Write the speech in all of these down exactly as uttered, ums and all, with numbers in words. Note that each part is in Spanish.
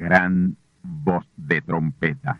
gran voz de trompeta.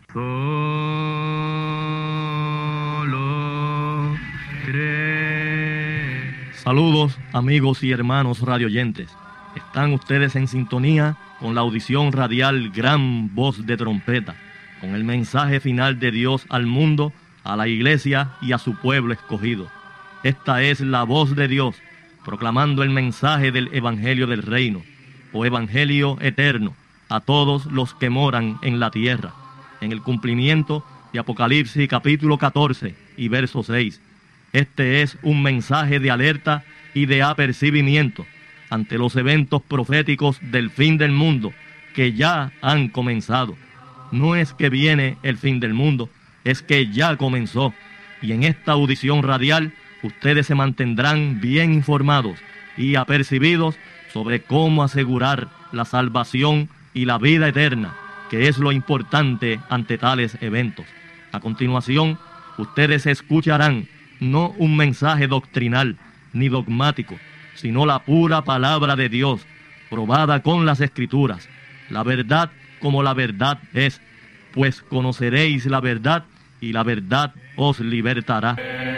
Solo cree. Saludos, amigos y hermanos radioyentes. Están ustedes en sintonía con la audición radial Gran Voz de Trompeta, con el mensaje final de Dios al mundo, a la iglesia y a su pueblo escogido. Esta es la voz de Dios, proclamando el mensaje del Evangelio del Reino, o Evangelio eterno, a todos los que moran en la tierra, en el cumplimiento de Apocalipsis capítulo catorce y verso seis. Este es un mensaje de alerta y de apercibimiento ante los eventos proféticos del fin del mundo que ya han comenzado. No es que viene el fin del mundo, es que ya comenzó. Y en esta audición radial, ustedes se mantendrán bien informados y apercibidos sobre cómo asegurar la salvación y la vida eterna, que es lo importante ante tales eventos. A continuación, ustedes escucharán no un mensaje doctrinal ni dogmático, sino la pura palabra de Dios, probada con las Escrituras, la verdad como la verdad es, pues conoceréis la verdad y la verdad os libertará.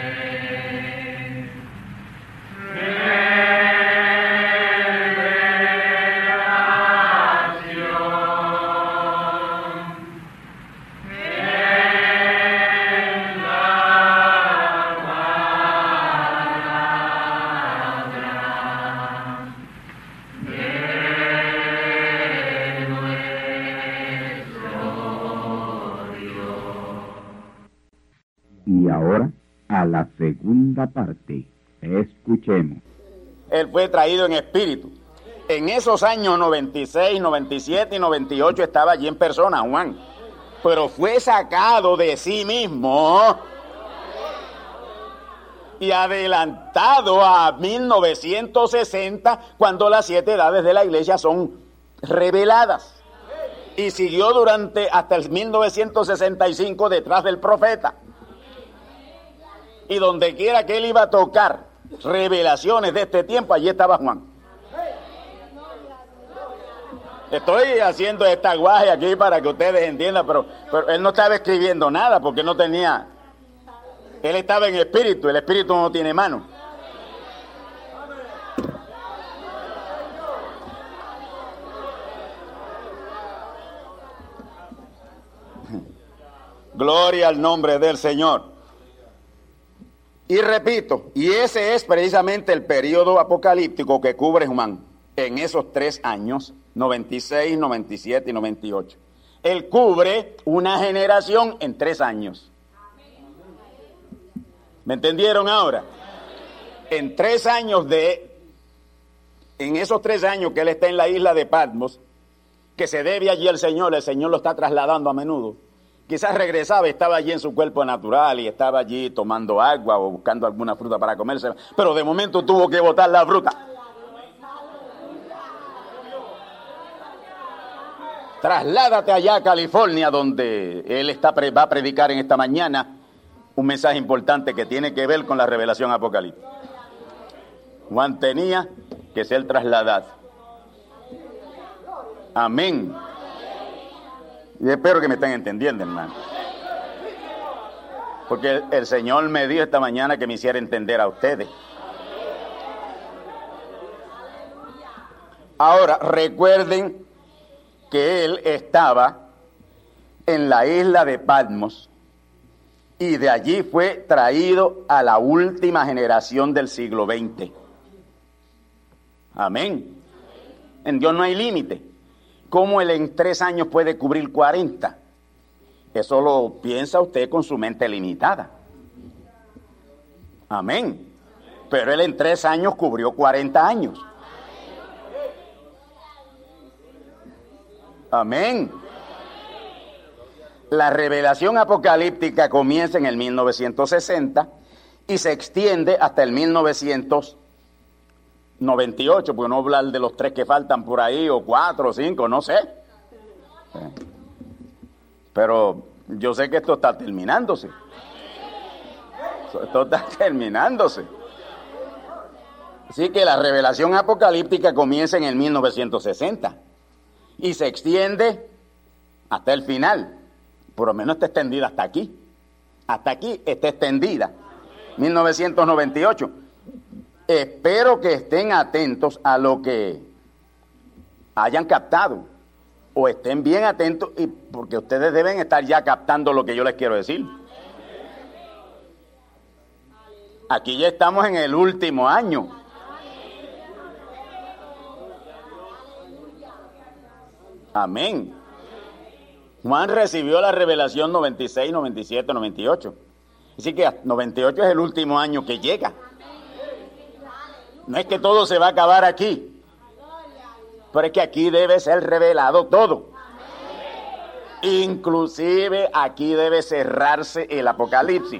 Y ahora, a la segunda parte, escuchemos. Él fue traído en espíritu. En esos años noventa y seis, noventa y siete y noventa y ocho estaba allí en persona, Juan. Pero fue sacado de sí mismo y adelantado a mil novecientos sesenta, cuando las siete edades de la iglesia son reveladas. Y siguió durante hasta el mil novecientos sesenta y cinco detrás del profeta. Y donde quiera que él iba a tocar revelaciones de este tiempo, allí estaba Juan. Estoy haciendo esta guaje aquí para que ustedes entiendan, pero, pero él no estaba escribiendo nada porque no tenía... Él estaba en espíritu, el espíritu no tiene mano. Gloria al nombre del Señor. Y repito, y ese es precisamente el periodo apocalíptico que cubre Juan en esos tres años, noventa y seis, noventa y siete y noventa y ocho. Él cubre una generación en tres años. ¿Me entendieron ahora? En tres años de... En esos tres años que él está en la isla de Patmos, que se debe allí al Señor, el Señor lo está trasladando a menudo. Quizás regresaba, estaba allí en su cuerpo natural y estaba allí tomando agua o buscando alguna fruta para comerse, pero de momento tuvo que botar la fruta. Trasládate allá a California, donde él está, va a predicar en esta mañana un mensaje importante que tiene que ver con la revelación apocalíptica. Juan tenía que ser trasladado. Amén. Y espero que me estén entendiendo, hermano. Porque el, el Señor me dijo esta mañana que me hiciera entender a ustedes. Ahora, recuerden que él estaba en la isla de Patmos y de allí fue traído a la última generación del siglo veinte. Amén. En Dios no hay límite. ¿Cómo él en tres años puede cubrir cuarenta? Eso lo piensa usted con su mente limitada. Amén. Pero él en tres años cubrió cuarenta años. Amén. La revelación apocalíptica comienza en el mil novecientos sesenta y se extiende hasta el mil novecientos noventa y ocho, porque no hablar de los tres que faltan por ahí, o cuatro, o cinco, no sé. Pero yo sé que esto está terminándose. Esto está terminándose. Así que la revelación apocalíptica comienza en el mil novecientos sesenta y se extiende hasta el final. Por lo menos está extendida hasta aquí. Hasta aquí está extendida. mil novecientos noventa y ocho. Espero que estén atentos a lo que hayan captado. O estén bien atentos, y porque ustedes deben estar ya captando lo que yo les quiero decir. Aquí ya estamos en el último año. Amén. Juan recibió la revelación noventa y seis, noventa y siete, noventa y ocho. Así que noventa y ocho es el último año que llega. No es que todo se va a acabar aquí, pero es que aquí debe ser revelado todo. Inclusive aquí debe cerrarse el Apocalipsis.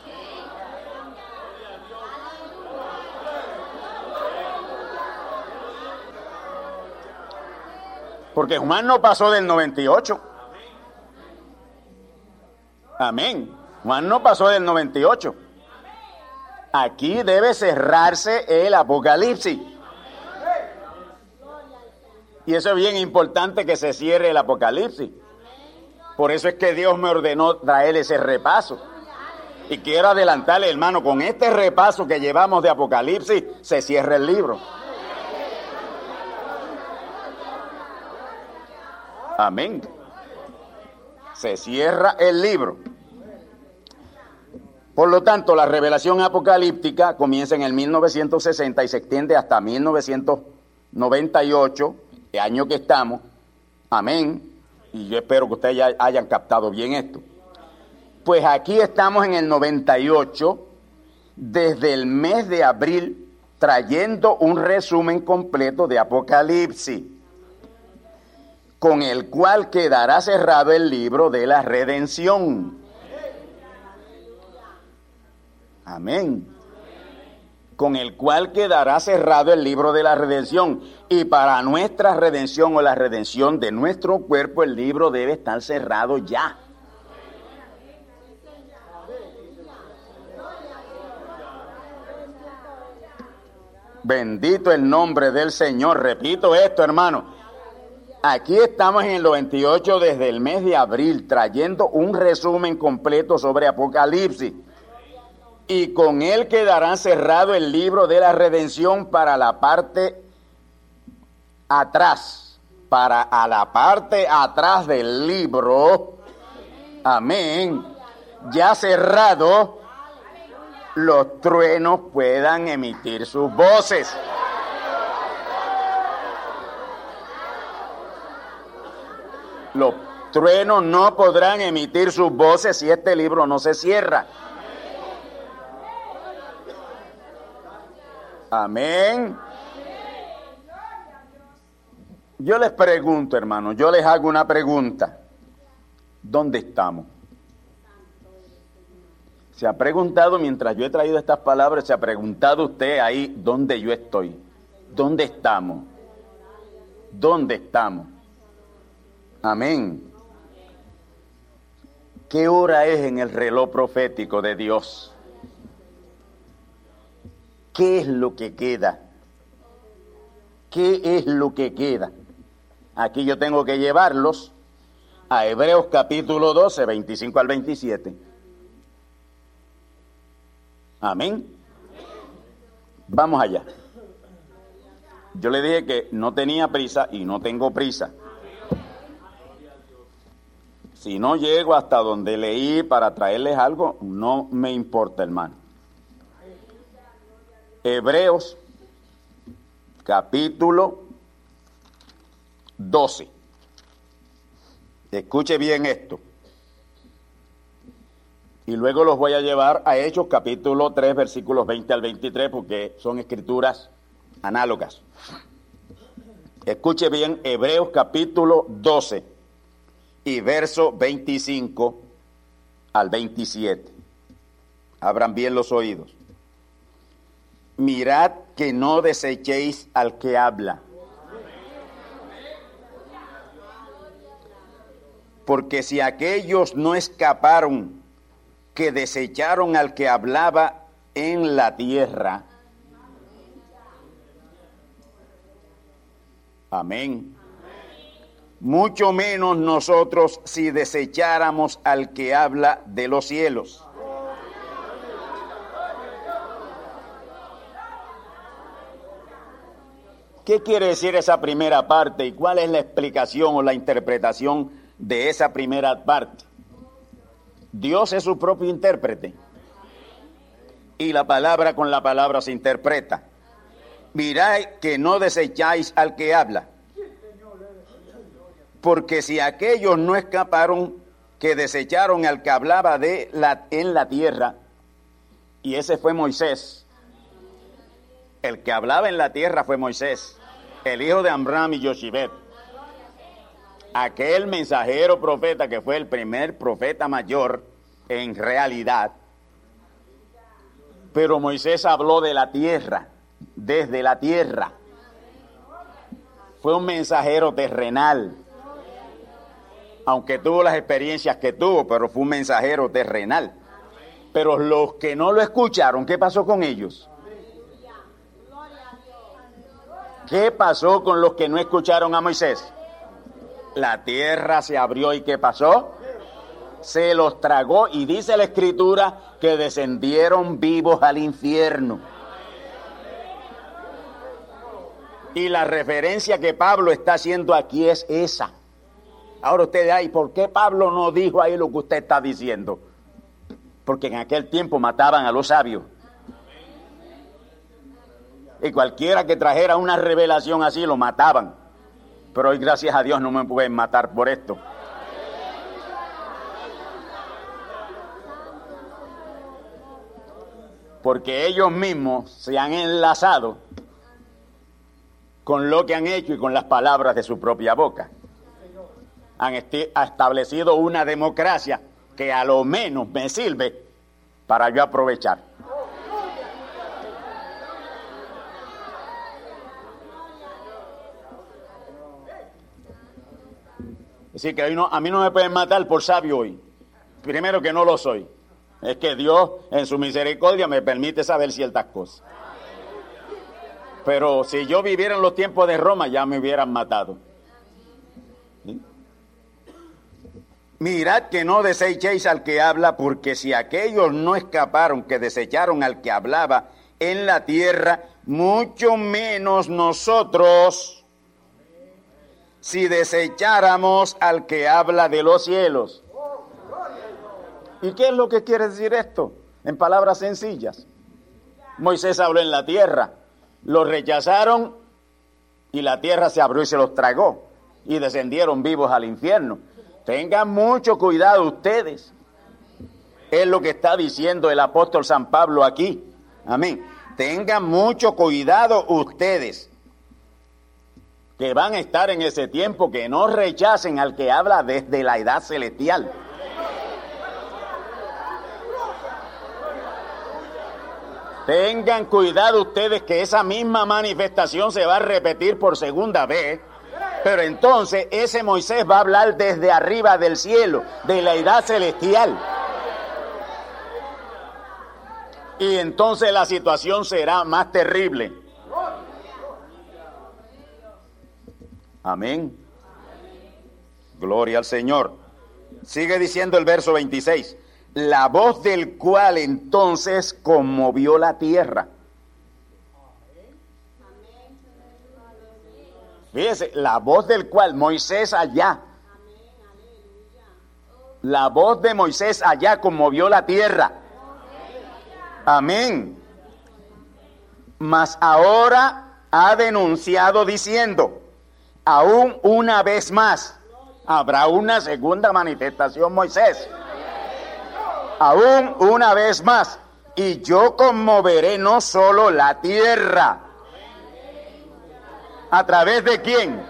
Porque Juan no pasó del noventa y ocho. Amén. Juan no pasó del noventa y ocho. Aquí debe cerrarse el Apocalipsis. Y eso es bien importante, que se cierre el Apocalipsis. Por eso es que Dios me ordenó traer ese repaso. Y quiero adelantarle, hermano, con este repaso que llevamos de Apocalipsis, se cierra el libro. Amén. Se cierra el libro. Por lo tanto, la revelación apocalíptica comienza en el mil novecientos sesenta y se extiende hasta mil novecientos noventa y ocho, el año que estamos. Amén. Y yo espero que ustedes ya hayan captado bien esto. Pues aquí estamos en el noventa y ocho, desde el mes de abril, trayendo un resumen completo de Apocalipsis, con el cual quedará cerrado el libro de la redención. Amén. Con el cual quedará cerrado el libro de la redención. Y para nuestra redención o la redención de nuestro cuerpo, el libro debe estar cerrado ya. Bendito el nombre del Señor. Repito esto, hermano. Aquí estamos en el noventa y ocho desde el mes de abril, trayendo un resumen completo sobre Apocalipsis. Y con él quedará cerrado el libro de la redención para la parte atrás, para a la parte atrás del libro. Amén. Ya cerrado, los truenos puedan emitir sus voces. Los truenos no podrán emitir sus voces si este libro no se cierra. Amén. Yo les pregunto, hermano, yo les hago una pregunta. ¿Dónde estamos? ¿Se ha preguntado, mientras yo he traído estas palabras, se ha preguntado usted ahí dónde yo estoy? ¿Dónde estamos? ¿Dónde estamos? Amén. ¿Qué hora es en el reloj profético de Dios? ¿Qué es lo que queda? ¿Qué es lo que queda? Aquí yo tengo que llevarlos a Hebreos capítulo doce, veinticinco al veintisiete. Amén. Vamos allá. Yo le dije que no tenía prisa y no tengo prisa. Si no llego hasta donde leí para traerles algo, no me importa, hermano. Hebreos capítulo doce. Escuche bien esto. Y luego los voy a llevar a Hechos capítulo tres, versículos veinte al veintitrés, porque son escrituras análogas. Escuche bien Hebreos capítulo doce y verso veinticinco al veintisiete. Abran bien los oídos. Mirad que no desechéis al que habla, porque si aquellos no escaparon que desecharon al que hablaba en la tierra. Amén. mucho menos nosotros si desecháramos al que habla de los cielos. ¿Qué quiere decir esa primera parte y cuál es la explicación o la interpretación de esa primera parte? Dios es su propio intérprete y la palabra con la palabra se interpreta. Mirad que no desecháis al que habla, porque si aquellos no escaparon, que desecharon al que hablaba de la, en la tierra, y ese fue Moisés. El que hablaba en la tierra fue Moisés, el hijo de Amram y Yoshibet. Aquel mensajero profeta que fue el primer profeta mayor en realidad. Pero Moisés habló de la tierra, desde la tierra. Fue un mensajero terrenal. Aunque tuvo las experiencias que tuvo, pero fue un mensajero terrenal. Pero los que no lo escucharon, ¿qué pasó con ellos? ¿Qué pasó con los que no escucharon a Moisés? La tierra se abrió y ¿qué pasó? Se los tragó y dice la Escritura que descendieron vivos al infierno. Y la referencia que Pablo está haciendo aquí es esa. Ahora usted dirá, ¿y por qué Pablo no dijo ahí lo que usted está diciendo? Porque en aquel tiempo mataban a los sabios. Y cualquiera que trajera una revelación así lo mataban. Pero hoy, gracias a Dios, no me pueden matar por esto. Porque ellos mismos se han enlazado con lo que han hecho y con las palabras de su propia boca. Han establecido una democracia que a lo menos me sirve para yo aprovechar. Así que hoy no, a mí no me pueden matar por sabio hoy. Primero que no lo soy. Es que Dios en su misericordia me permite saber ciertas cosas. Pero si yo viviera en los tiempos de Roma ya me hubieran matado. ¿Sí? Mirad que no desechéis al que habla, porque si aquellos no escaparon, que desecharon al que hablaba en la tierra, mucho menos nosotros, si desecháramos al que habla de los cielos. ¿Y qué es lo que quiere decir esto? En palabras sencillas. Moisés habló en la tierra, los rechazaron y la tierra se abrió y se los tragó y descendieron vivos al infierno. Tengan mucho cuidado ustedes. Es lo que está diciendo el apóstol San Pablo aquí. Amén. Tengan mucho cuidado ustedes, que van a estar en ese tiempo, que no rechacen al que habla desde la edad celestial. Tengan cuidado ustedes que esa misma manifestación se va a repetir por segunda vez, pero entonces ese Moisés va a hablar desde arriba del cielo, de la edad celestial. Y entonces la situación será más terrible. Amén. Gloria al Señor. Sigue diciendo el verso veintiséis. La voz del cual entonces conmovió la tierra. Fíjese, la voz del cual Moisés allá. La voz de Moisés allá conmovió la tierra. Amén. Mas ahora ha denunciado diciendo, aún una vez más, habrá una segunda manifestación Moisés. Aún una vez más, y yo conmoveré no solo la tierra. ¿A través de quién?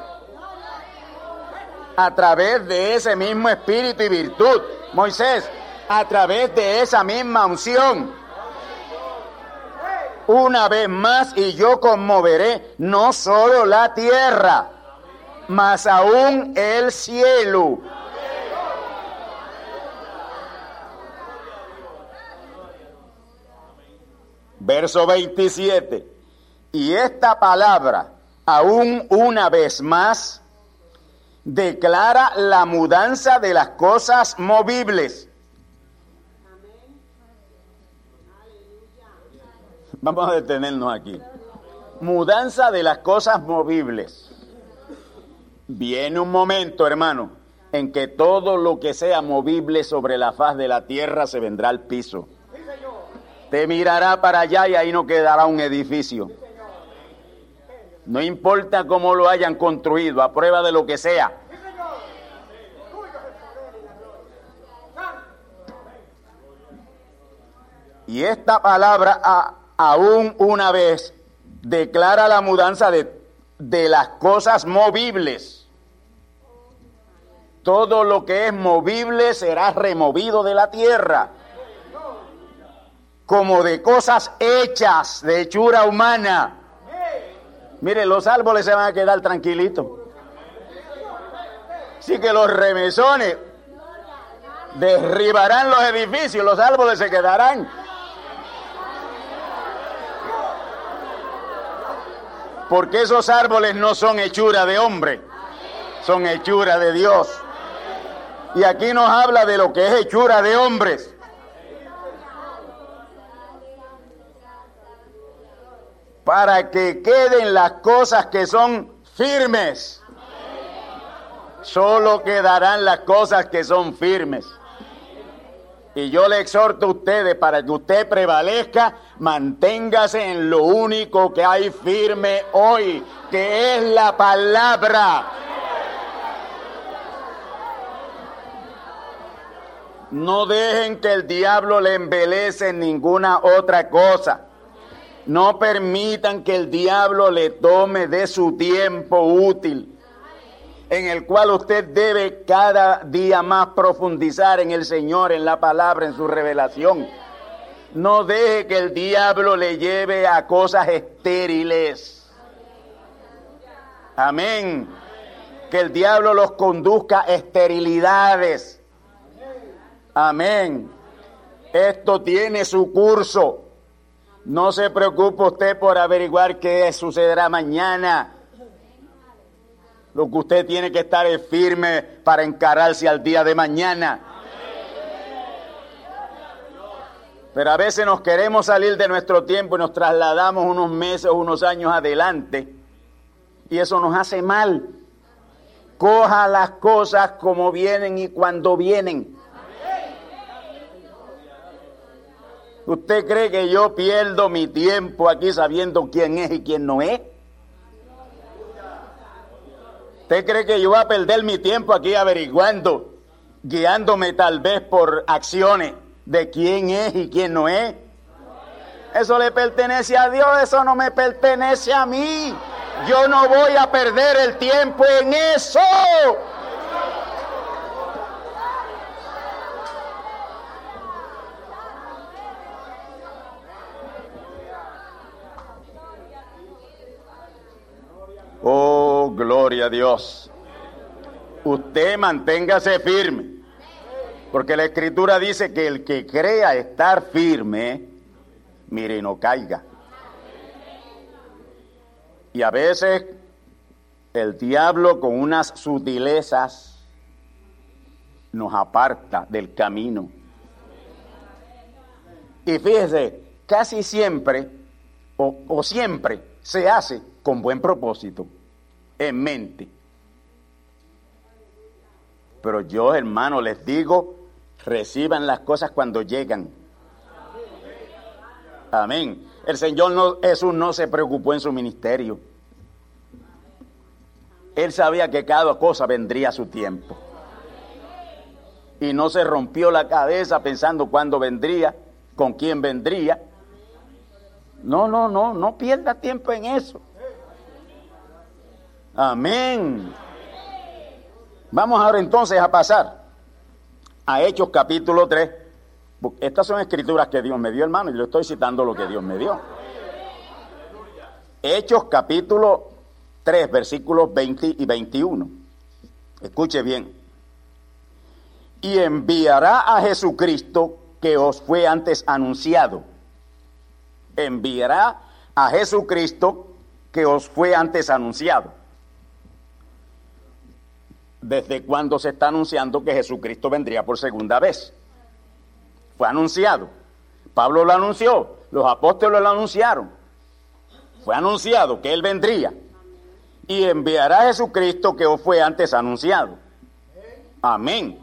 A través de ese mismo espíritu y virtud, Moisés, a través de esa misma unción. Una vez más, y yo conmoveré no solo la tierra, mas aún el cielo. Verso veintisiete. Y esta palabra, aún una vez más, declara la mudanza de las cosas movibles. Vamos a detenernos aquí. Mudanza de las cosas movibles. Viene un momento, hermano, en que todo lo que sea movible sobre la faz de la tierra se vendrá al piso. Te mirará para allá y ahí no quedará un edificio. No importa cómo lo hayan construido, a prueba de lo que sea. Y esta palabra a, aún una vez declara la mudanza de, de las cosas movibles. Todo lo que es movible será removido de la tierra. Como de cosas hechas, de hechura humana. Mire, los árboles se van a quedar tranquilitos. Así que los remesones derribarán los edificios, los árboles se quedarán. Porque esos árboles no son hechura de hombre, son hechura de Dios. Y aquí nos habla de lo que es hechura de hombres. Para que queden las cosas que son firmes. Solo quedarán las cosas que son firmes. Y yo le exhorto a ustedes, para que usted prevalezca, manténgase en lo único que hay firme hoy, que es la palabra. No dejen que el diablo le embelece en ninguna otra cosa. No permitan que el diablo le tome de su tiempo útil, en el cual usted debe cada día más profundizar en el Señor, en la palabra, en su revelación. No deje que el diablo le lleve a cosas estériles. Amén. Que el diablo los conduzca a esterilidades. Amén. Esto tiene su curso. No se preocupe usted por averiguar qué sucederá mañana. Lo que usted tiene que estar es firme para encararse al día de mañana. Pero a veces nos queremos salir de nuestro tiempo y nos trasladamos unos meses o unos años adelante. Y eso nos hace mal. Coja las cosas como vienen y cuando vienen. ¿Usted cree que yo pierdo mi tiempo aquí sabiendo quién es y quién no es? ¿Usted cree que yo voy a perder mi tiempo aquí averiguando, guiándome tal vez por acciones de quién es y quién no es? Eso le pertenece a Dios, eso no me pertenece a mí. Yo no voy a perder el tiempo en eso. Oh, gloria a Dios. Usted manténgase firme, porque la Escritura dice que el que crea estar firme, mire, no caiga. Y a veces el diablo con unas sutilezas nos aparta del camino. Y fíjese, casi siempre o, o siempre se hace con buen propósito, en mente. Pero yo, hermano, les digo, reciban las cosas cuando llegan. Amén. El Señor no, Jesús no se preocupó en su ministerio. Él sabía que cada cosa vendría a su tiempo. Y no se rompió la cabeza pensando cuándo vendría, con quién vendría. No, no, no, no pierda tiempo en eso. Amén. Vamos ahora entonces a pasar a Hechos capítulo tres. Estas son escrituras que Dios me dio, hermano, y yo estoy citando lo que Dios me dio. Hechos capítulo tres, versículos veinte y veintiuno. Escuche bien. Y enviará a Jesucristo que os fue antes anunciado. Enviará a Jesucristo que os fue antes anunciado. desde cuando se está anunciando que Jesucristo vendría por segunda vez. Fue anunciado. Pablo lo anunció, los apóstoles lo anunciaron. Fue anunciado que Él vendría y enviará a Jesucristo que fue antes anunciado. Amén.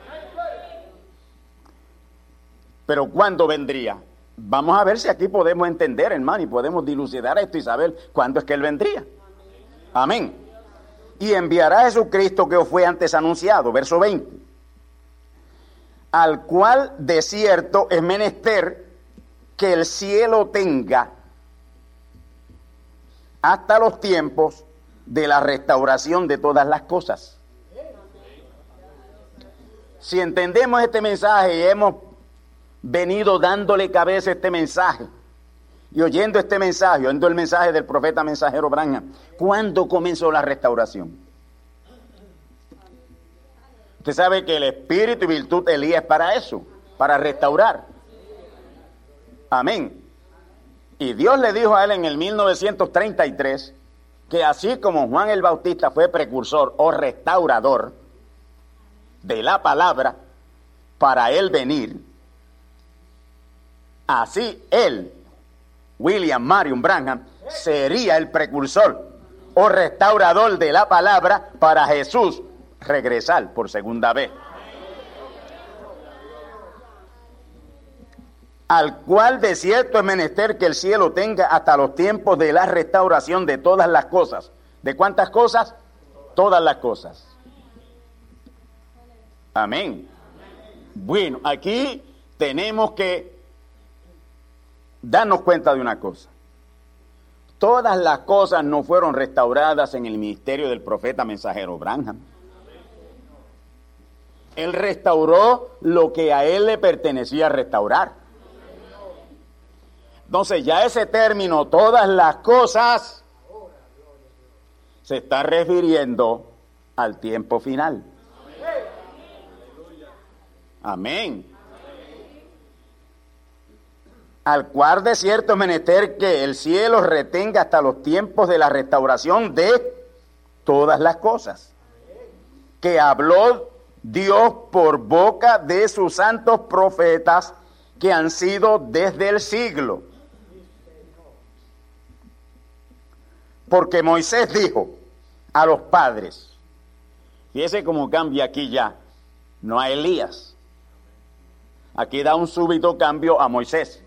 Pero ¿cuándo vendría? Vamos a ver si aquí podemos entender, hermano, y podemos dilucidar esto y saber cuándo es que Él vendría. Amén. Y enviará a Jesucristo que fue antes anunciado. Verso veinte. Al cual de cierto es menester que el cielo tenga hasta los tiempos de la restauración de todas las cosas. Si entendemos este mensaje y hemos venido dándole cabeza a este mensaje y oyendo este mensaje, oyendo el mensaje del profeta mensajero Branham, ¿cuándo comenzó la restauración? Usted sabe que el espíritu y virtud de Elías es para eso, para restaurar. Amén. Y Dios le dijo a él en el mil novecientos treinta y tres que así como Juan el Bautista fue precursor o restaurador de la palabra para él venir, así él, William Marion Branham, sería el precursor o restaurador de la palabra para Jesús regresar por segunda vez. Al cual de cierto es menester que el cielo tenga hasta los tiempos de la restauración de todas las cosas. ¿De cuántas cosas? Todas las cosas. Amén. Bueno, aquí tenemos que darnos cuenta de una cosa. Todas las cosas no fueron restauradas en el ministerio del profeta mensajero Branham. Él restauró lo que a él le pertenecía restaurar. Entonces ya ese término, todas las cosas, se está refiriendo al tiempo final. Amén. Al cual de cierto es menester que el cielo retenga hasta los tiempos de la restauración de todas las cosas, que habló Dios por boca de sus santos profetas que han sido desde el siglo. Porque Moisés dijo a los padres, fíjese cómo cambia aquí ya, no a Elías. Aquí da un súbito cambio a Moisés.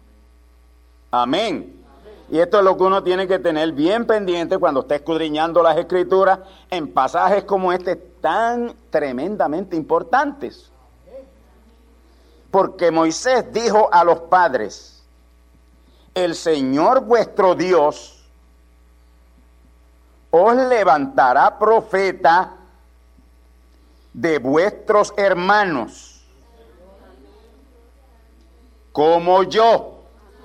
Amén. Y esto es lo que uno tiene que tener bien pendiente cuando esté escudriñando las Escrituras en pasajes como este tan tremendamente importantes. Porque Moisés dijo a los padres, el Señor vuestro Dios os levantará profeta de vuestros hermanos, como yo.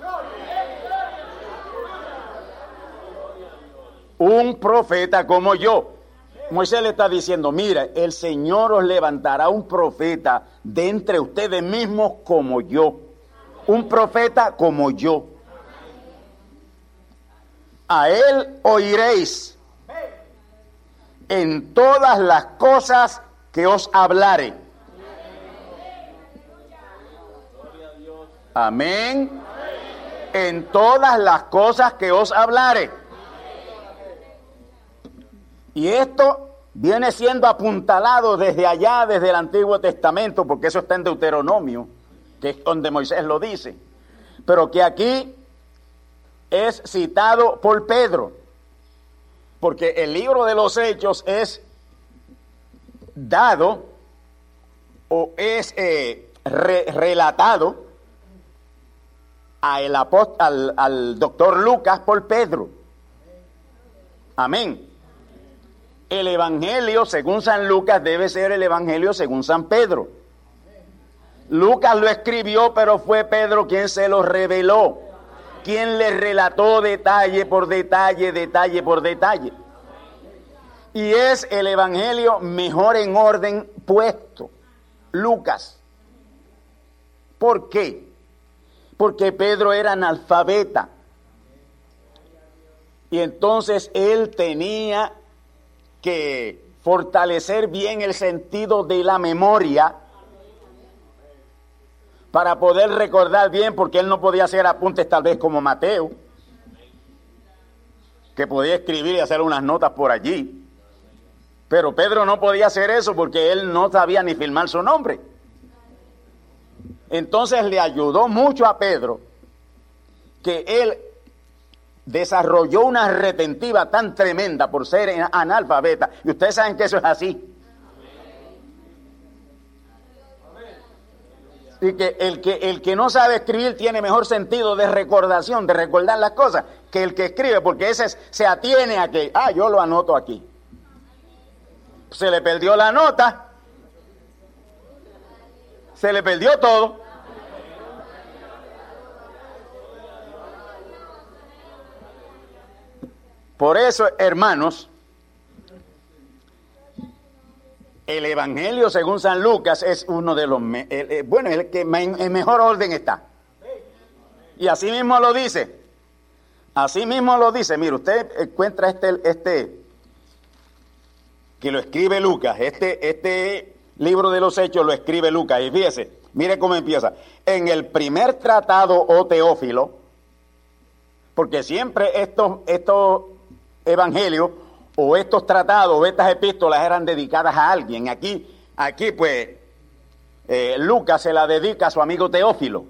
Un profeta como yo. Moisés le está diciendo, mira, el Señor os levantará un profeta de entre ustedes mismos como yo. Un profeta como yo. A él oiréis en todas las cosas que os hablare. Amén. En todas las cosas que os hablare. Y esto viene siendo apuntalado desde allá, desde el Antiguo Testamento, porque eso está en Deuteronomio, que es donde Moisés lo dice. Pero que aquí es citado por Pedro, porque el libro de los Hechos es dado o es eh, re, relatado a el apost- al, al doctor Lucas por Pedro. Amén. El evangelio según San Lucas debe ser el evangelio según San Pedro. Lucas lo escribió, pero fue Pedro quien se lo reveló, quien le relató detalle por detalle, detalle por detalle. Y es el evangelio mejor en orden puesto, Lucas. ¿Por qué? Porque Pedro era analfabeta. Y entonces él tenía que fortalecer bien el sentido de la memoria para poder recordar bien, porque él no podía hacer apuntes tal vez como Mateo, que podía escribir y hacer unas notas por allí. Pero Pedro no podía hacer eso porque él no sabía ni firmar su nombre. Entonces le ayudó mucho a Pedro que él desarrolló una retentiva tan tremenda por ser analfabeta. Y ustedes saben que eso es así. Y que el, que el que no sabe escribir tiene mejor sentido de recordación, de recordar las cosas, que el que escribe, porque ese es, se atiene a que, ah, yo lo anoto aquí. Se le perdió la nota, se le perdió todo. Por eso, hermanos, el Evangelio según San Lucas es uno de los, me, el, el, bueno, el que me, en mejor orden está. Y así mismo lo dice, así mismo lo dice. Mire, usted encuentra este, este, que lo escribe Lucas, este, este libro de los Hechos lo escribe Lucas, y fíjese, mire cómo empieza. En el primer tratado, oh Teófilo, porque siempre estos, estos evangelios, o estos tratados, o estas epístolas eran dedicadas a alguien. Aquí, aquí pues, eh, Lucas se la dedica a su amigo Teófilo.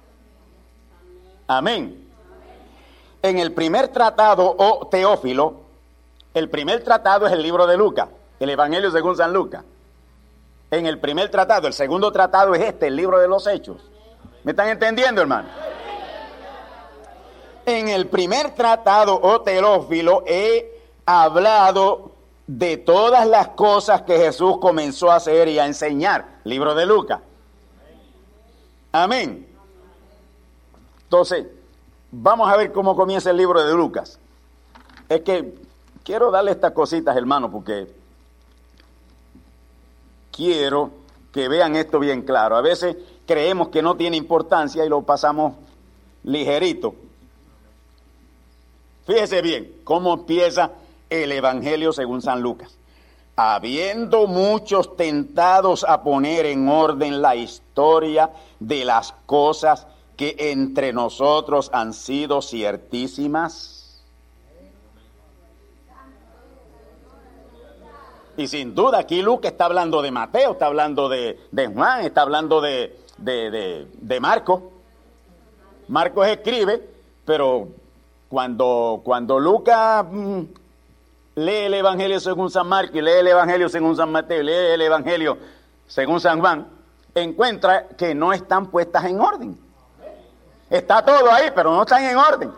Amén. En el primer tratado, oh Teófilo, el primer tratado es el libro de Lucas, el Evangelio según San Lucas. En el primer tratado, el segundo tratado es este, el libro de los Hechos. ¿Me están entendiendo, hermano? En el primer tratado, oh Teófilo, he hablado de todas las cosas que Jesús comenzó a hacer y a enseñar. Libro de Lucas. Amén. Entonces, vamos a ver cómo comienza el libro de Lucas. Es que quiero darle estas cositas, hermano, porque quiero que vean esto bien claro. A veces creemos que no tiene importancia y lo pasamos ligerito. Fíjese bien cómo empieza el Evangelio según San Lucas. Habiendo muchos tentados a poner en orden la historia de las cosas que entre nosotros han sido ciertísimas. Y sin duda aquí Lucas está hablando de Mateo, está hablando de, de Juan, está hablando de, de, de, de Marcos. Marcos escribe, pero cuando, cuando Lucas mmm, lee el Evangelio según San Marcos, y lee el Evangelio según San Mateo, y lee el Evangelio según San Juan, encuentra que no están puestas en orden. Está todo ahí, pero no están en orden.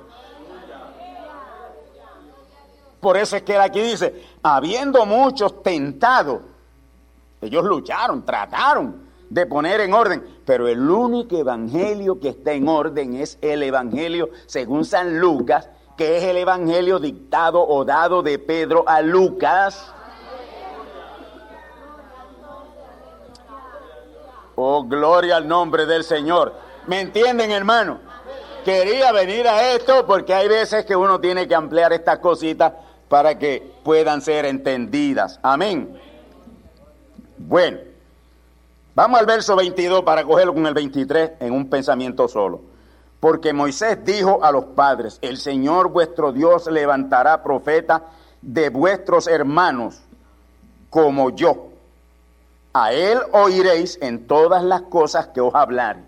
Por eso es que él aquí dice, habiendo muchos tentados, ellos lucharon, trataron de poner en orden, pero el único evangelio que está en orden es el Evangelio según San Lucas, que es el evangelio dictado o dado de Pedro a Lucas. Oh, gloria al nombre del Señor. ¿Me entienden, hermano? Quería venir a esto porque hay veces que uno tiene que ampliar estas cositas para que puedan ser entendidas. Amén. Bueno, vamos al verso veintidós para cogerlo con el veintitrés en un pensamiento solo. Porque Moisés dijo a los padres, el Señor vuestro Dios levantará profeta de vuestros hermanos como yo. A él oiréis en todas las cosas que os hablare.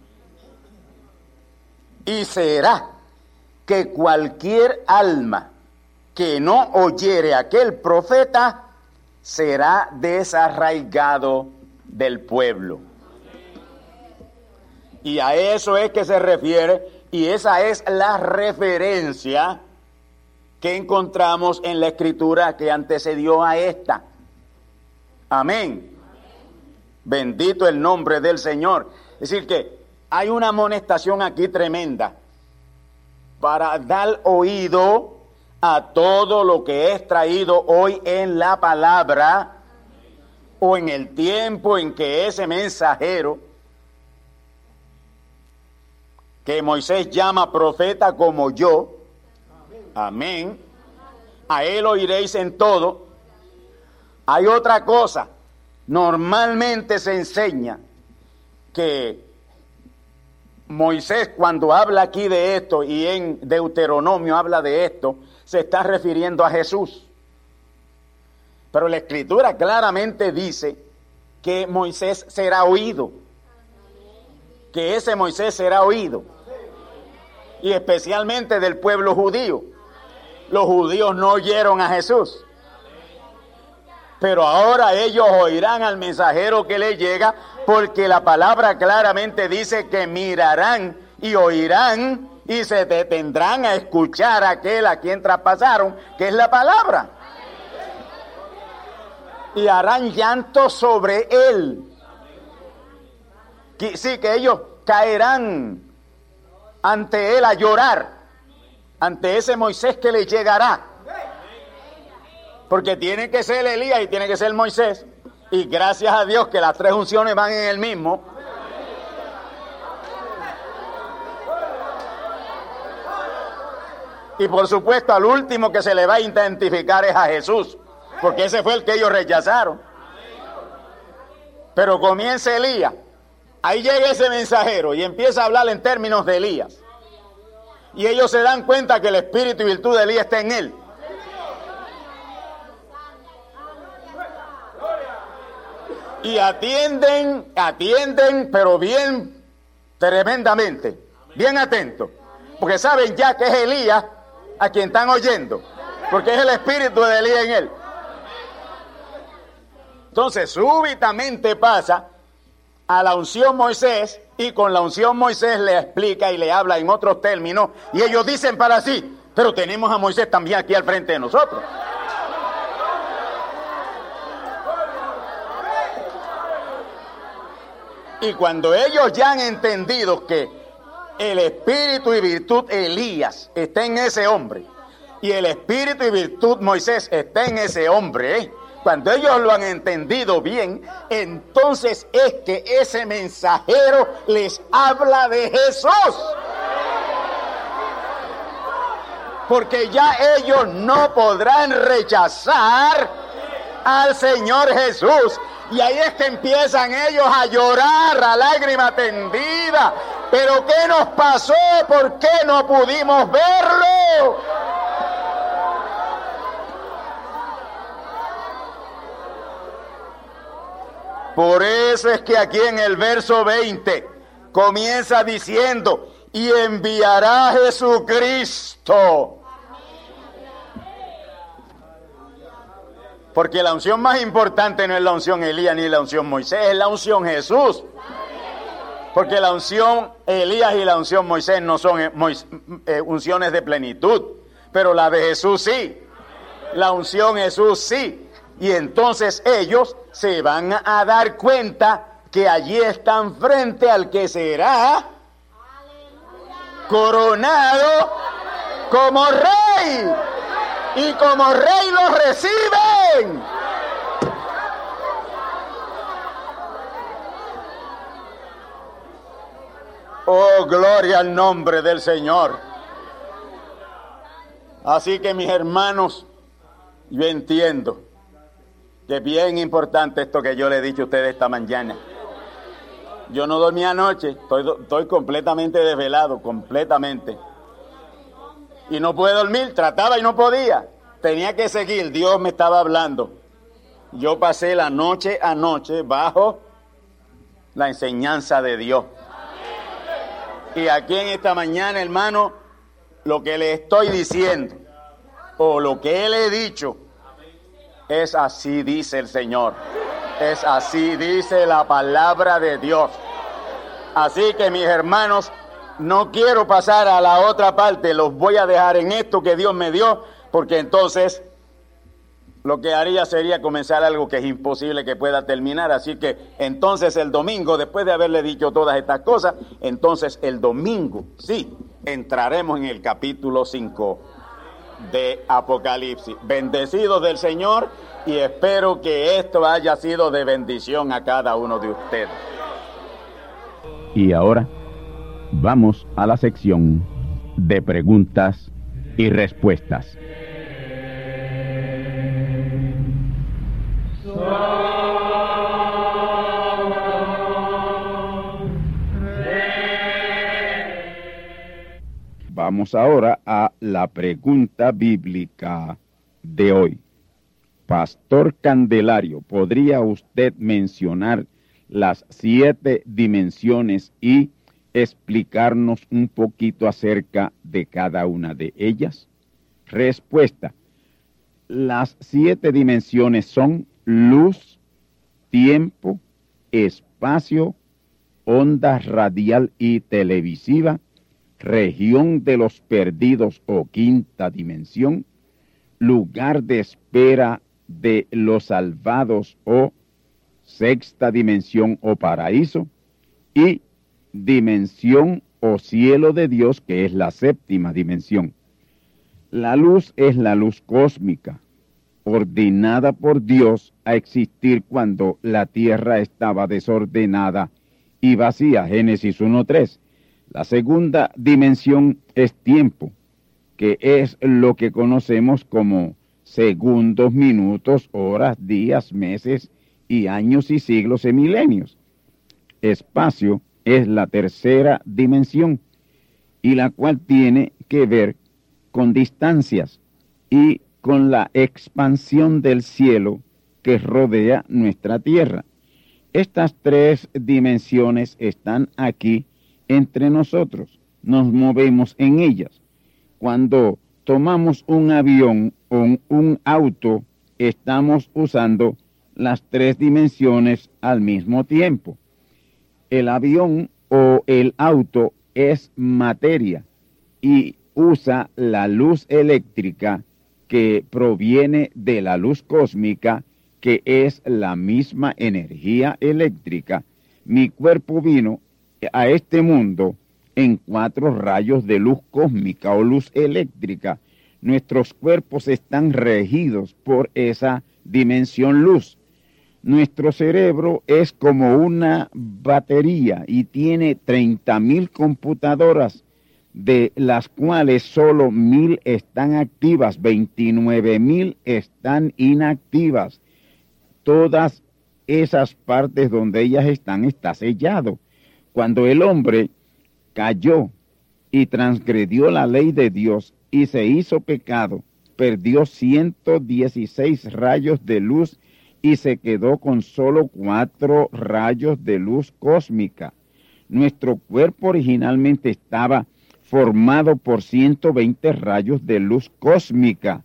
Y será que cualquier alma que no oyere a aquel profeta será desarraigado del pueblo. Y a eso es que se refiere, y esa es la referencia que encontramos en la escritura que antecedió a esta. Amén. Bendito el nombre del Señor. Es decir que hay una amonestación aquí tremenda para dar oído a todo lo que es traído hoy en la palabra o en el tiempo en que ese mensajero que Moisés llama profeta como yo, amén, a él oiréis en todo, Hay otra cosa. Normalmente se enseña que Moisés, cuando habla aquí de esto y en Deuteronomio habla de esto, se está refiriendo a Jesús. Pero la Escritura claramente dice que Moisés será oído. Que ese Moisés será oído. Y especialmente del pueblo judío. Los judíos no oyeron a Jesús. Pero ahora ellos oirán al mensajero que les llega, porque la palabra claramente dice que mirarán y oirán y se detendrán a escuchar a aquel a quien traspasaron, que es la palabra. Y harán llanto sobre él. Sí, que ellos caerán ante él a llorar, ante ese Moisés que les llegará. Porque tiene que ser Elías y tiene que ser Moisés. Y gracias a Dios que las tres unciones van en el mismo. Y por supuesto al último que se le va a identificar es a Jesús. Porque ese fue el que ellos rechazaron. Pero comienza Elías. Ahí llega ese mensajero y empieza a hablar en términos de Elías. Y ellos se dan cuenta que el espíritu y virtud de Elías está en él. Y atienden, atienden, pero bien, tremendamente, bien atentos. Porque saben ya que es Elías a quien están oyendo. Porque es el espíritu de Elías en él. Entonces, súbitamente pasa a la unción Moisés, y con la unción Moisés le explica y le habla en otros términos, y ellos dicen para sí, pero tenemos a Moisés también aquí al frente de nosotros. Y cuando ellos ya han entendido que el espíritu y virtud Elías está en ese hombre, y el espíritu y virtud Moisés está en ese hombre, ¿eh? Cuando ellos lo han entendido bien, entonces es que ese mensajero les habla de Jesús. Porque ya ellos no podrán rechazar al Señor Jesús. Y ahí es que empiezan ellos a llorar a lágrima tendida. ¿Pero qué nos pasó? ¿Por qué no pudimos verlo? Por eso es que aquí en el verso veinte comienza diciendo, y enviará a Jesucristo. Porque la unción más importante no es la unción Elías ni la unción Moisés, es la unción Jesús. Porque la unción Elías y la unción Moisés no son eh, Mois, eh, unciones de plenitud, pero la de Jesús sí. La unción Jesús sí. Y entonces ellos se van a dar cuenta que allí están frente al que será coronado como rey. Y como rey los reciben. Oh, gloria al nombre del Señor. Así que mis hermanos, yo entiendo que es bien importante esto que yo le he dicho a ustedes esta mañana. Yo no dormí anoche, estoy, estoy completamente desvelado, completamente. Y no pude dormir, trataba y no podía. Tenía que seguir, Dios me estaba hablando. Yo pasé la noche a noche bajo la enseñanza de Dios. Y aquí en esta mañana, hermano, lo que le estoy diciendo, o lo que le he dicho, es así dice el Señor. Es así dice la palabra de Dios. Así que mis hermanos, no quiero pasar a la otra parte, los voy a dejar en esto que Dios me dio, porque entonces lo que haría sería comenzar algo que es imposible que pueda terminar. Así que entonces el domingo, después de haberle dicho todas estas cosas, entonces el domingo, sí, entraremos en el capítulo cinco de Apocalipsis. Bendecidos del Señor, y espero que esto haya sido de bendición a cada uno de ustedes. Y ahora vamos a la sección de preguntas y respuestas. Vamos ahora a la pregunta bíblica de hoy. Pastor Candelario, ¿podría usted mencionar las siete dimensiones y explicarnos un poquito acerca de cada una de ellas? Respuesta. Las siete dimensiones son luz, tiempo, espacio, onda radial y televisiva, región de los perdidos o quinta dimensión, lugar de espera de los salvados o sexta dimensión o paraíso, y dimensión o cielo de Dios, que es la séptima dimensión. La luz es la luz cósmica, ordenada por Dios a existir cuando la tierra estaba desordenada y vacía, Génesis uno tres. La segunda dimensión es tiempo, que es lo que conocemos como segundos, minutos, horas, días, meses y años y siglos y milenios. Espacio es la tercera dimensión, y la cual tiene que ver con distancias y con la expansión del cielo que rodea nuestra tierra. Estas tres dimensiones están aquí entre nosotros, nos movemos en ellas. Cuando tomamos un avión o un, un auto, estamos usando las tres dimensiones al mismo tiempo. El avión o el auto es materia y usa la luz eléctrica que proviene de la luz cósmica, que es la misma energía eléctrica. Mi cuerpo vino a este mundo en cuatro rayos de luz cósmica o luz eléctrica. Nuestros cuerpos están regidos por esa dimensión luz. Nuestro cerebro es como una batería y tiene treinta mil computadoras, de las cuales solo mil están activas, veintinueve mil están inactivas. Todas esas partes donde ellas están, está sellado. Cuando el hombre cayó y transgredió la ley de Dios y se hizo pecado, perdió ciento dieciséis rayos de luz y se quedó con solo cuatro rayos de luz cósmica. Nuestro cuerpo originalmente estaba formado por ciento veinte rayos de luz cósmica,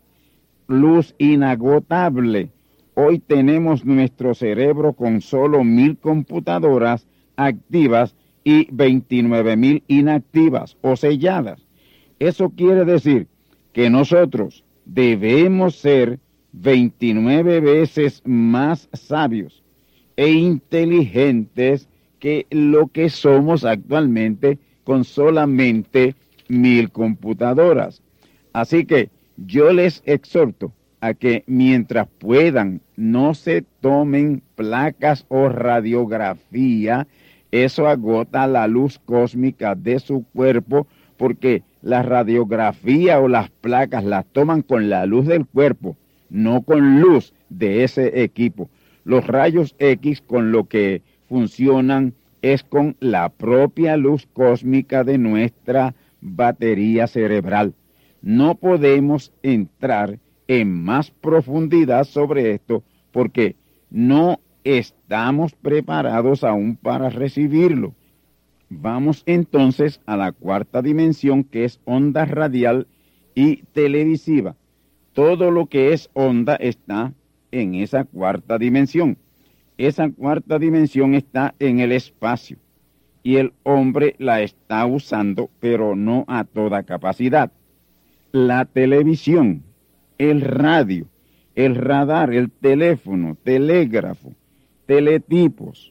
luz inagotable. Hoy tenemos nuestro cerebro con solo mil computadoras activas y veintinueve mil inactivas o selladas. Eso quiere decir que nosotros debemos ser veintinueve veces más sabios e inteligentes que lo que somos actualmente con solamente mil computadoras. Así que yo les exhorto a que mientras puedan no se tomen placas o radiografía. Eso agota la luz cósmica de su cuerpo, porque la radiografía o las placas las toman con la luz del cuerpo, no con luz de ese equipo. Los rayos X con lo que funcionan es con la propia luz cósmica de nuestra batería cerebral. No podemos entrar en más profundidad sobre esto porque no estamos preparados aún para recibirlo. Vamos entonces a la cuarta dimensión, que es onda radial y televisiva. Todo lo que es onda está en esa cuarta dimensión. Esa cuarta dimensión está en el espacio y el hombre la está usando, pero no a toda capacidad. La televisión, el radio, el radar, el teléfono, telégrafo, teletipos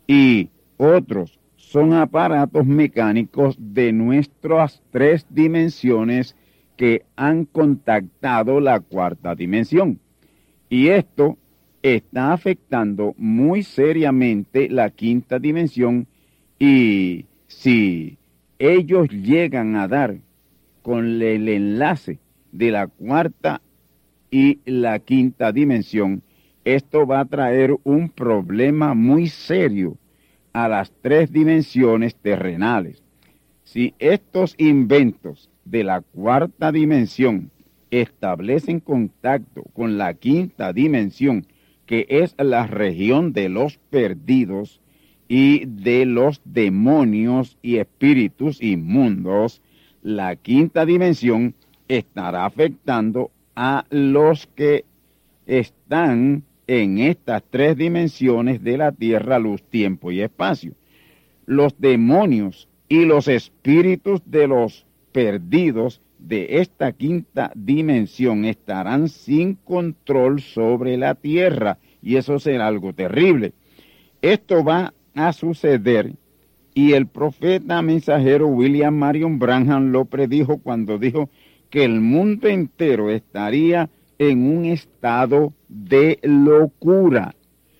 y otros son aparatos mecánicos de nuestras tres dimensiones que han contactado la cuarta dimensión. Y esto está afectando muy seriamente la quinta dimensión, y si ellos llegan a dar con el enlace de la cuarta y la quinta dimensión, esto va a traer un problema muy serio a las tres dimensiones terrenales. Si estos inventos de la cuarta dimensión establecen contacto con la quinta dimensión, que es la región de los perdidos y de los demonios y espíritus inmundos, la quinta dimensión estará afectando a los que están en estas tres dimensiones de la tierra, luz, tiempo y espacio. Los demonios y los espíritus de los perdidos de esta quinta dimensión estarán sin control sobre la tierra, y eso será algo terrible. Esto va a suceder, y el profeta mensajero William Marion Branham lo predijo cuando dijo que el mundo entero estaría en un estado de locura.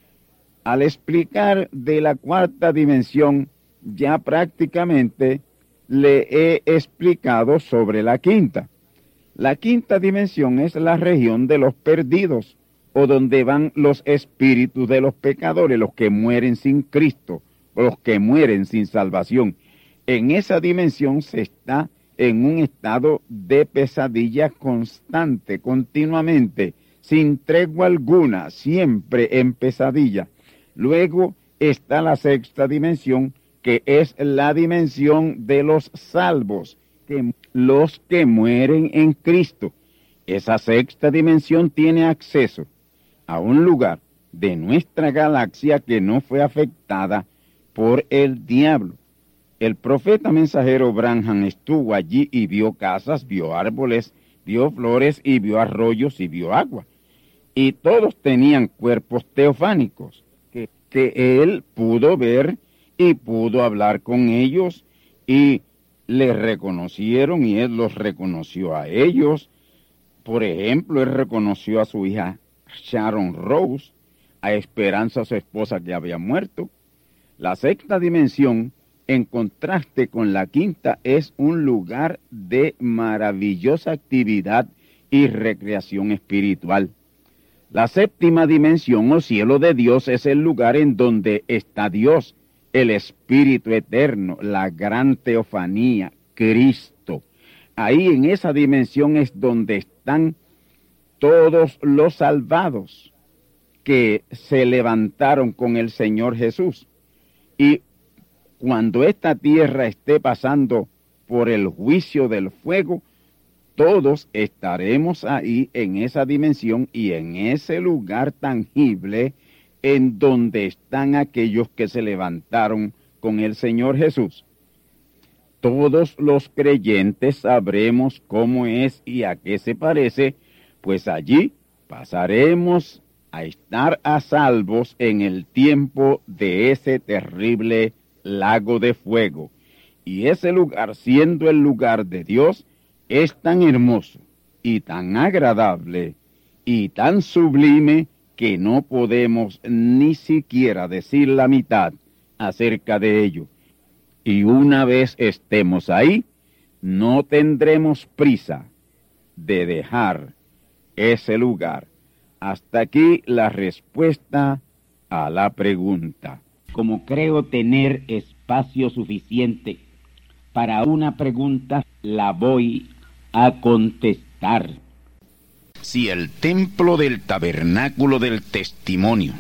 Al explicar de la cuarta dimensión, ya prácticamente le he explicado sobre la quinta. La quinta dimensión es la región de los perdidos, o donde van los espíritus de los pecadores, los que mueren sin Cristo, los que mueren sin salvación. En esa dimensión se está en un estado de pesadilla constante, continuamente, sin tregua alguna, siempre en pesadilla. Luego está la sexta dimensión, que es la dimensión de los salvos, que los que mueren en Cristo. Esa sexta dimensión tiene acceso a un lugar de nuestra galaxia que no fue afectada por el diablo. El profeta mensajero Branham estuvo allí y vio casas, vio árboles, vio flores y vio arroyos y vio agua. Y todos tenían cuerpos teofánicos que, que él pudo ver y pudo hablar con ellos, y le reconocieron y él los reconoció a ellos. Por ejemplo, él reconoció a su hija Sharon Rose, a Esperanza, su esposa, que había muerto. La sexta dimensión, en contraste con la quinta, es un lugar de maravillosa actividad y recreación espiritual. La séptima dimensión o cielo de Dios es el lugar en donde está Dios, el Espíritu Eterno, la gran teofanía, Cristo. Ahí en esa dimensión es donde están todos los salvados que se levantaron con el Señor Jesús. Y cuando esta tierra esté pasando por el juicio del fuego, todos estaremos ahí en esa dimensión y en ese lugar tangible en donde están aquellos que se levantaron con el Señor Jesús. Todos los creyentes sabremos cómo es y a qué se parece, pues allí pasaremos a estar a salvos en el tiempo de ese terrible lago de fuego. Y ese lugar, siendo el lugar de Dios, es tan hermoso y tan agradable y tan sublime que no podemos ni siquiera decir la mitad acerca de ello. Y una vez estemos ahí, no tendremos prisa de dejar ese lugar. Hasta aquí la respuesta a la pregunta. Como creo tener espacio suficiente para una pregunta, la voy a contestar. Si el templo del tabernáculo del testimonio,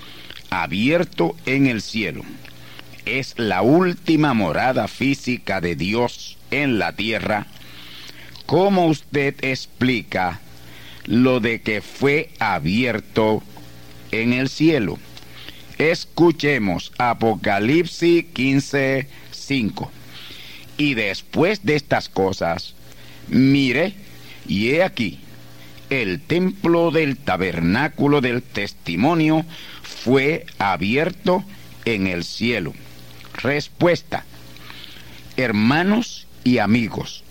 abierto en el cielo, es la última morada física de Dios en la tierra, ¿cómo usted explica lo de que fue abierto en el cielo? Escuchemos Apocalipsis quince, cinco. Y después de estas cosas, mire, y he aquí, el templo del tabernáculo del testimonio fue abierto en el cielo. Respuesta. Hermanos y amigos,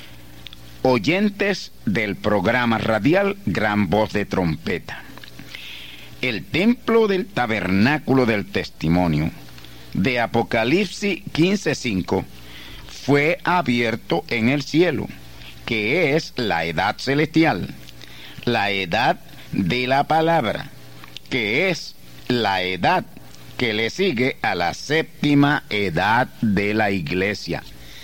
oyentes del programa radial Gran Voz de Trompeta, el templo del tabernáculo del testimonio de Apocalipsis quince, cinco fue abierto en el cielo, que es la edad celestial, la edad de la palabra, que es la edad que le sigue a la séptima edad de la iglesia.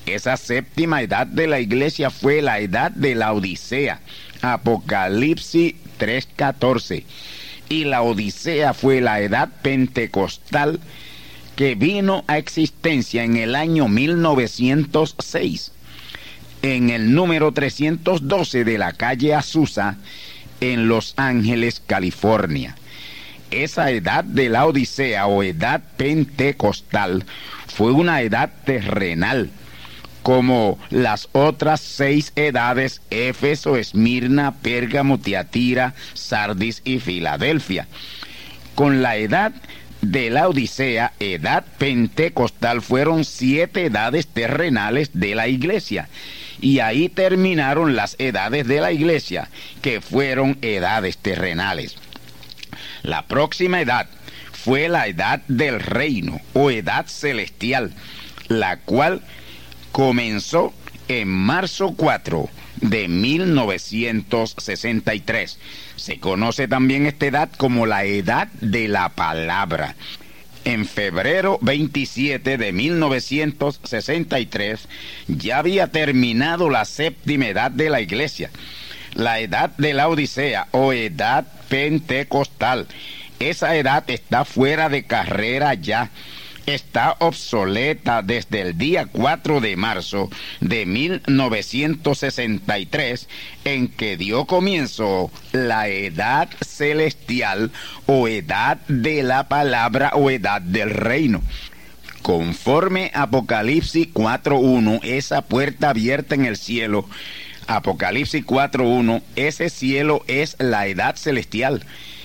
Esa séptima edad de la iglesia fue la edad de la Odisea, Apocalipsis tres catorce. Y la Odisea fue la edad pentecostal que vino a existencia en el año mil novecientos seis, en el número trescientos doce de la calle Azusa, en Los Ángeles, California. Esa edad de la Odisea o edad pentecostal fue una edad terrenal, como las otras seis edades: Éfeso, Esmirna, Pérgamo, Tiatira, Sardis y Filadelfia. Con la edad de la Odisea, edad pentecostal, fueron siete edades terrenales de la iglesia. Y ahí terminaron las edades de la iglesia, que fueron edades terrenales. La próxima edad fue la edad del reino o edad celestial, la cual comenzó en marzo cuatro de mil novecientos sesenta y tres. Se conoce también esta edad como la edad de la palabra. En febrero veintisiete de mil novecientos sesenta y tres ya había terminado la séptima edad de la iglesia, la edad de la Odisea o edad pentecostal. Esa edad está fuera de carrera ya. Está obsoleta desde el día cuatro de marzo de mil novecientos sesenta y tres, en que dio comienzo la edad celestial o edad de la palabra o edad del reino. Conforme Apocalipsis cuatro uno, esa puerta abierta en el cielo, Apocalipsis cuatro uno, ese cielo es la edad celestial,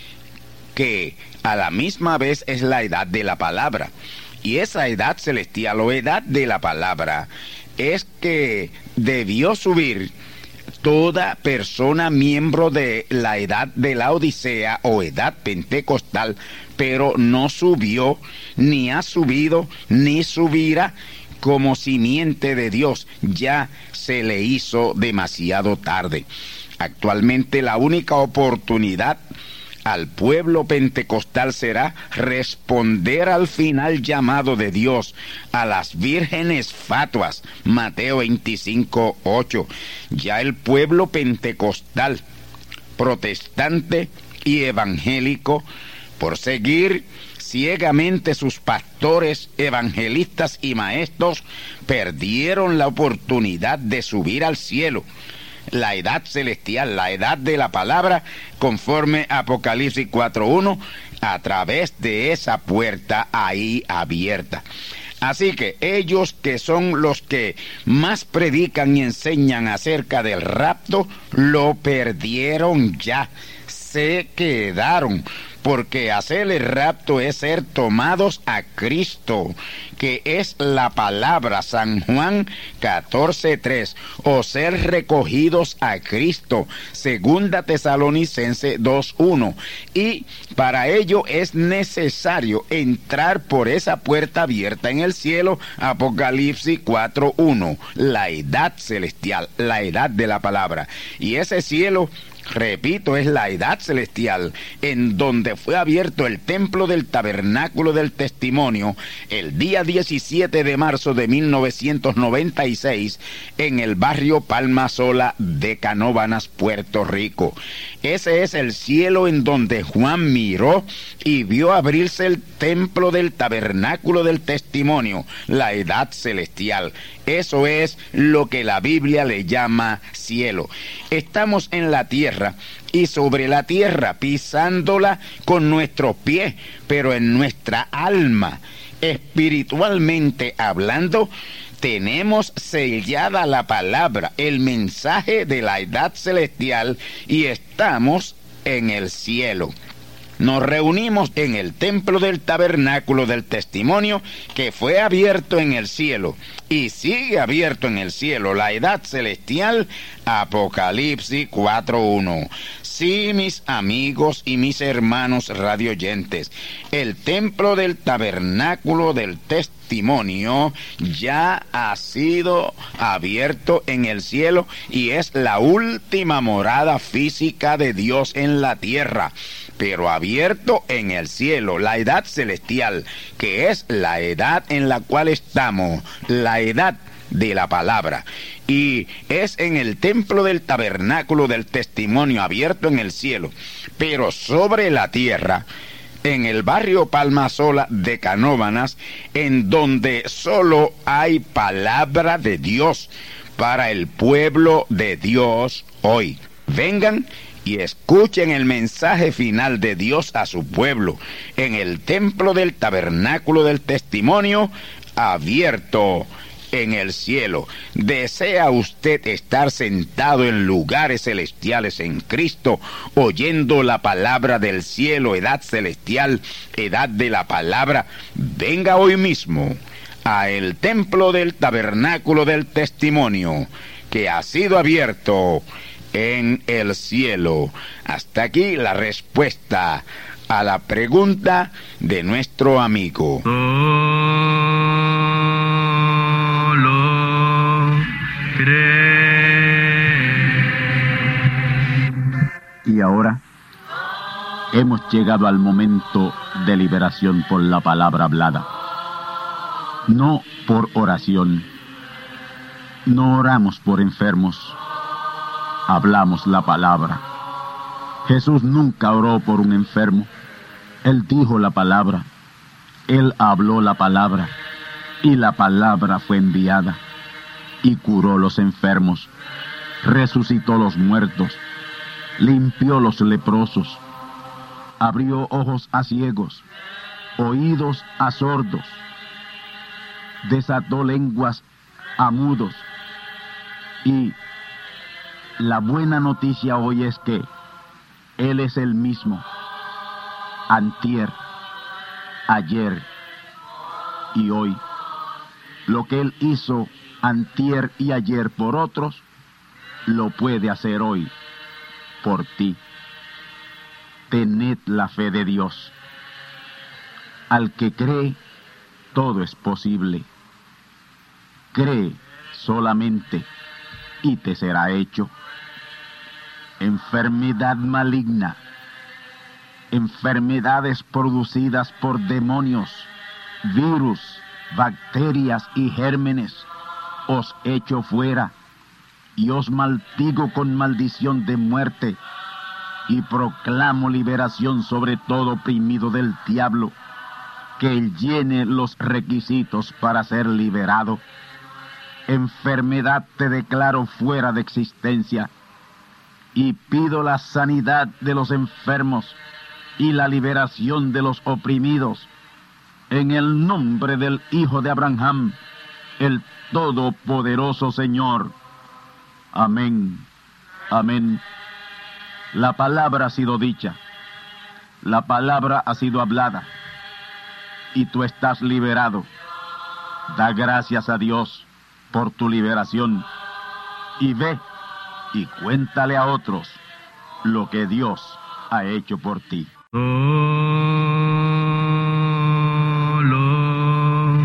que a la misma vez es la edad de la palabra. Y esa edad celestial o edad de la palabra es que debió subir toda persona miembro de la edad de la Odisea o edad pentecostal, pero no subió, ni ha subido, ni subirá como simiente de Dios. Ya se le hizo demasiado tarde. Actualmente la única oportunidad al pueblo pentecostal será responder al final llamado de Dios a las vírgenes fatuas, Mateo veinticinco ocho. Ya el pueblo pentecostal, protestante y evangélico, por seguir ciegamente sus pastores, evangelistas y maestros, perdieron la oportunidad de subir al cielo, la edad celestial, la edad de la palabra, conforme Apocalipsis cuatro uno, a través de esa puerta ahí abierta. Así que ellos, que son los que más predican y enseñan acerca del rapto, lo perdieron ya, se quedaron. Porque hacer el rapto es ser tomados a Cristo, que es la palabra, San Juan catorce tres, o ser recogidos a Cristo, Segunda Tesalonicense dos uno. Y para ello es necesario entrar por esa puerta abierta en el cielo, Apocalipsis cuatro uno, la edad celestial, la edad de la palabra. Y ese cielo, repito, es la edad celestial, en donde fue abierto el templo del tabernáculo del testimonio el día diecisiete de marzo de mil novecientos noventa y seis en el barrio Palma Sola de Canóvanas, Puerto Rico. Ese es el cielo en donde Juan miró y vio abrirse el templo del tabernáculo del testimonio, la edad celestial. Eso es lo que la Biblia le llama cielo. Estamos en la tierra y sobre la tierra, pisándola con nuestros pies, pero en nuestra alma, espiritualmente hablando, tenemos sellada la palabra, el mensaje de la edad celestial, y estamos en el cielo. Nos reunimos en el templo del tabernáculo del testimonio, que fue abierto en el cielo y sigue abierto en el cielo, la edad celestial, Apocalipsis cuatro uno. Sí, mis amigos y mis hermanos radioyentes, el templo del tabernáculo del testimonio ya ha sido abierto en el cielo y es la última morada física de Dios en la tierra, pero abierto en el cielo, la edad celestial, que es la edad en la cual estamos, la edad de la palabra. Y es en el templo del tabernáculo del testimonio abierto en el cielo, pero sobre la tierra, en el barrio Palmasola de Canóvanas, en donde solo hay palabra de Dios para el pueblo de Dios hoy. Vengan y escuchen el mensaje final de Dios a su pueblo en el templo del tabernáculo del testimonio abierto en el cielo. ¿Desea usted estar sentado en lugares celestiales en Cristo, oyendo la palabra del cielo, edad celestial, edad de la palabra? Venga hoy mismo a el templo del tabernáculo del testimonio, que ha sido abierto en el cielo. Hasta aquí la respuesta a la pregunta de nuestro amigo. Solo cree. Y ahora hemos llegado al momento de liberación por la palabra hablada. No por oración. No oramos por enfermos. Hablamos la palabra. Jesús nunca oró por un enfermo. Él dijo la palabra. Él habló la palabra. Y la palabra fue enviada. Y curó los enfermos. Resucitó los muertos. Limpió los leprosos. Abrió ojos a ciegos. Oídos a sordos. Desató lenguas a mudos. Y la buena noticia hoy es que Él es el mismo, antier, ayer y hoy. Lo que Él hizo antier y ayer por otros, lo puede hacer hoy por ti. Tened la fe de Dios. Al que cree, todo es posible. Cree solamente y te será hecho. Enfermedad maligna, enfermedades producidas por demonios, virus, bacterias y gérmenes, os echo fuera y os maldigo con maldición de muerte y proclamo liberación sobre todo oprimido del diablo, que él llene los requisitos para ser liberado. Enfermedad, te declaro fuera de existencia y pido la sanidad de los enfermos y la liberación de los oprimidos en el nombre del Hijo de Abraham, el Todopoderoso Señor. Amén. Amén. La palabra ha sido dicha, la palabra ha sido hablada y tú estás liberado. Da gracias a Dios por tu liberación y ve y cuéntale a otros lo que Dios ha hecho por ti. Solo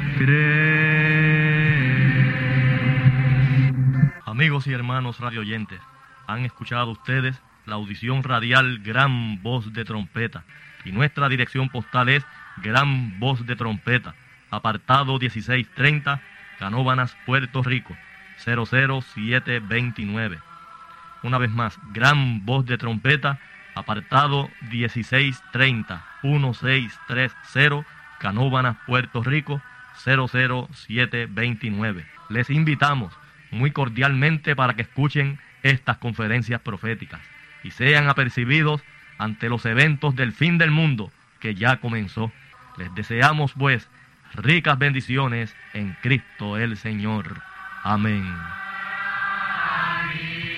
cree. Amigos y hermanos radioyentes, han escuchado ustedes la audición radial Gran Voz de Trompeta, y nuestra dirección postal es Gran Voz de Trompeta, apartado dieciséis treinta, Canóvanas, Puerto Rico, cero cero siete veintinueve. Una vez más, Gran Voz de Trompeta, apartado dieciséis treinta, dieciséis treinta, Canóvanas, Puerto Rico, cero cero siete veintinueve. Les invitamos muy cordialmente para que escuchen estas conferencias proféticas y sean apercibidos ante los eventos del fin del mundo que ya comenzó. Les deseamos, pues, ricas bendiciones en Cristo el Señor. Amén. Amén.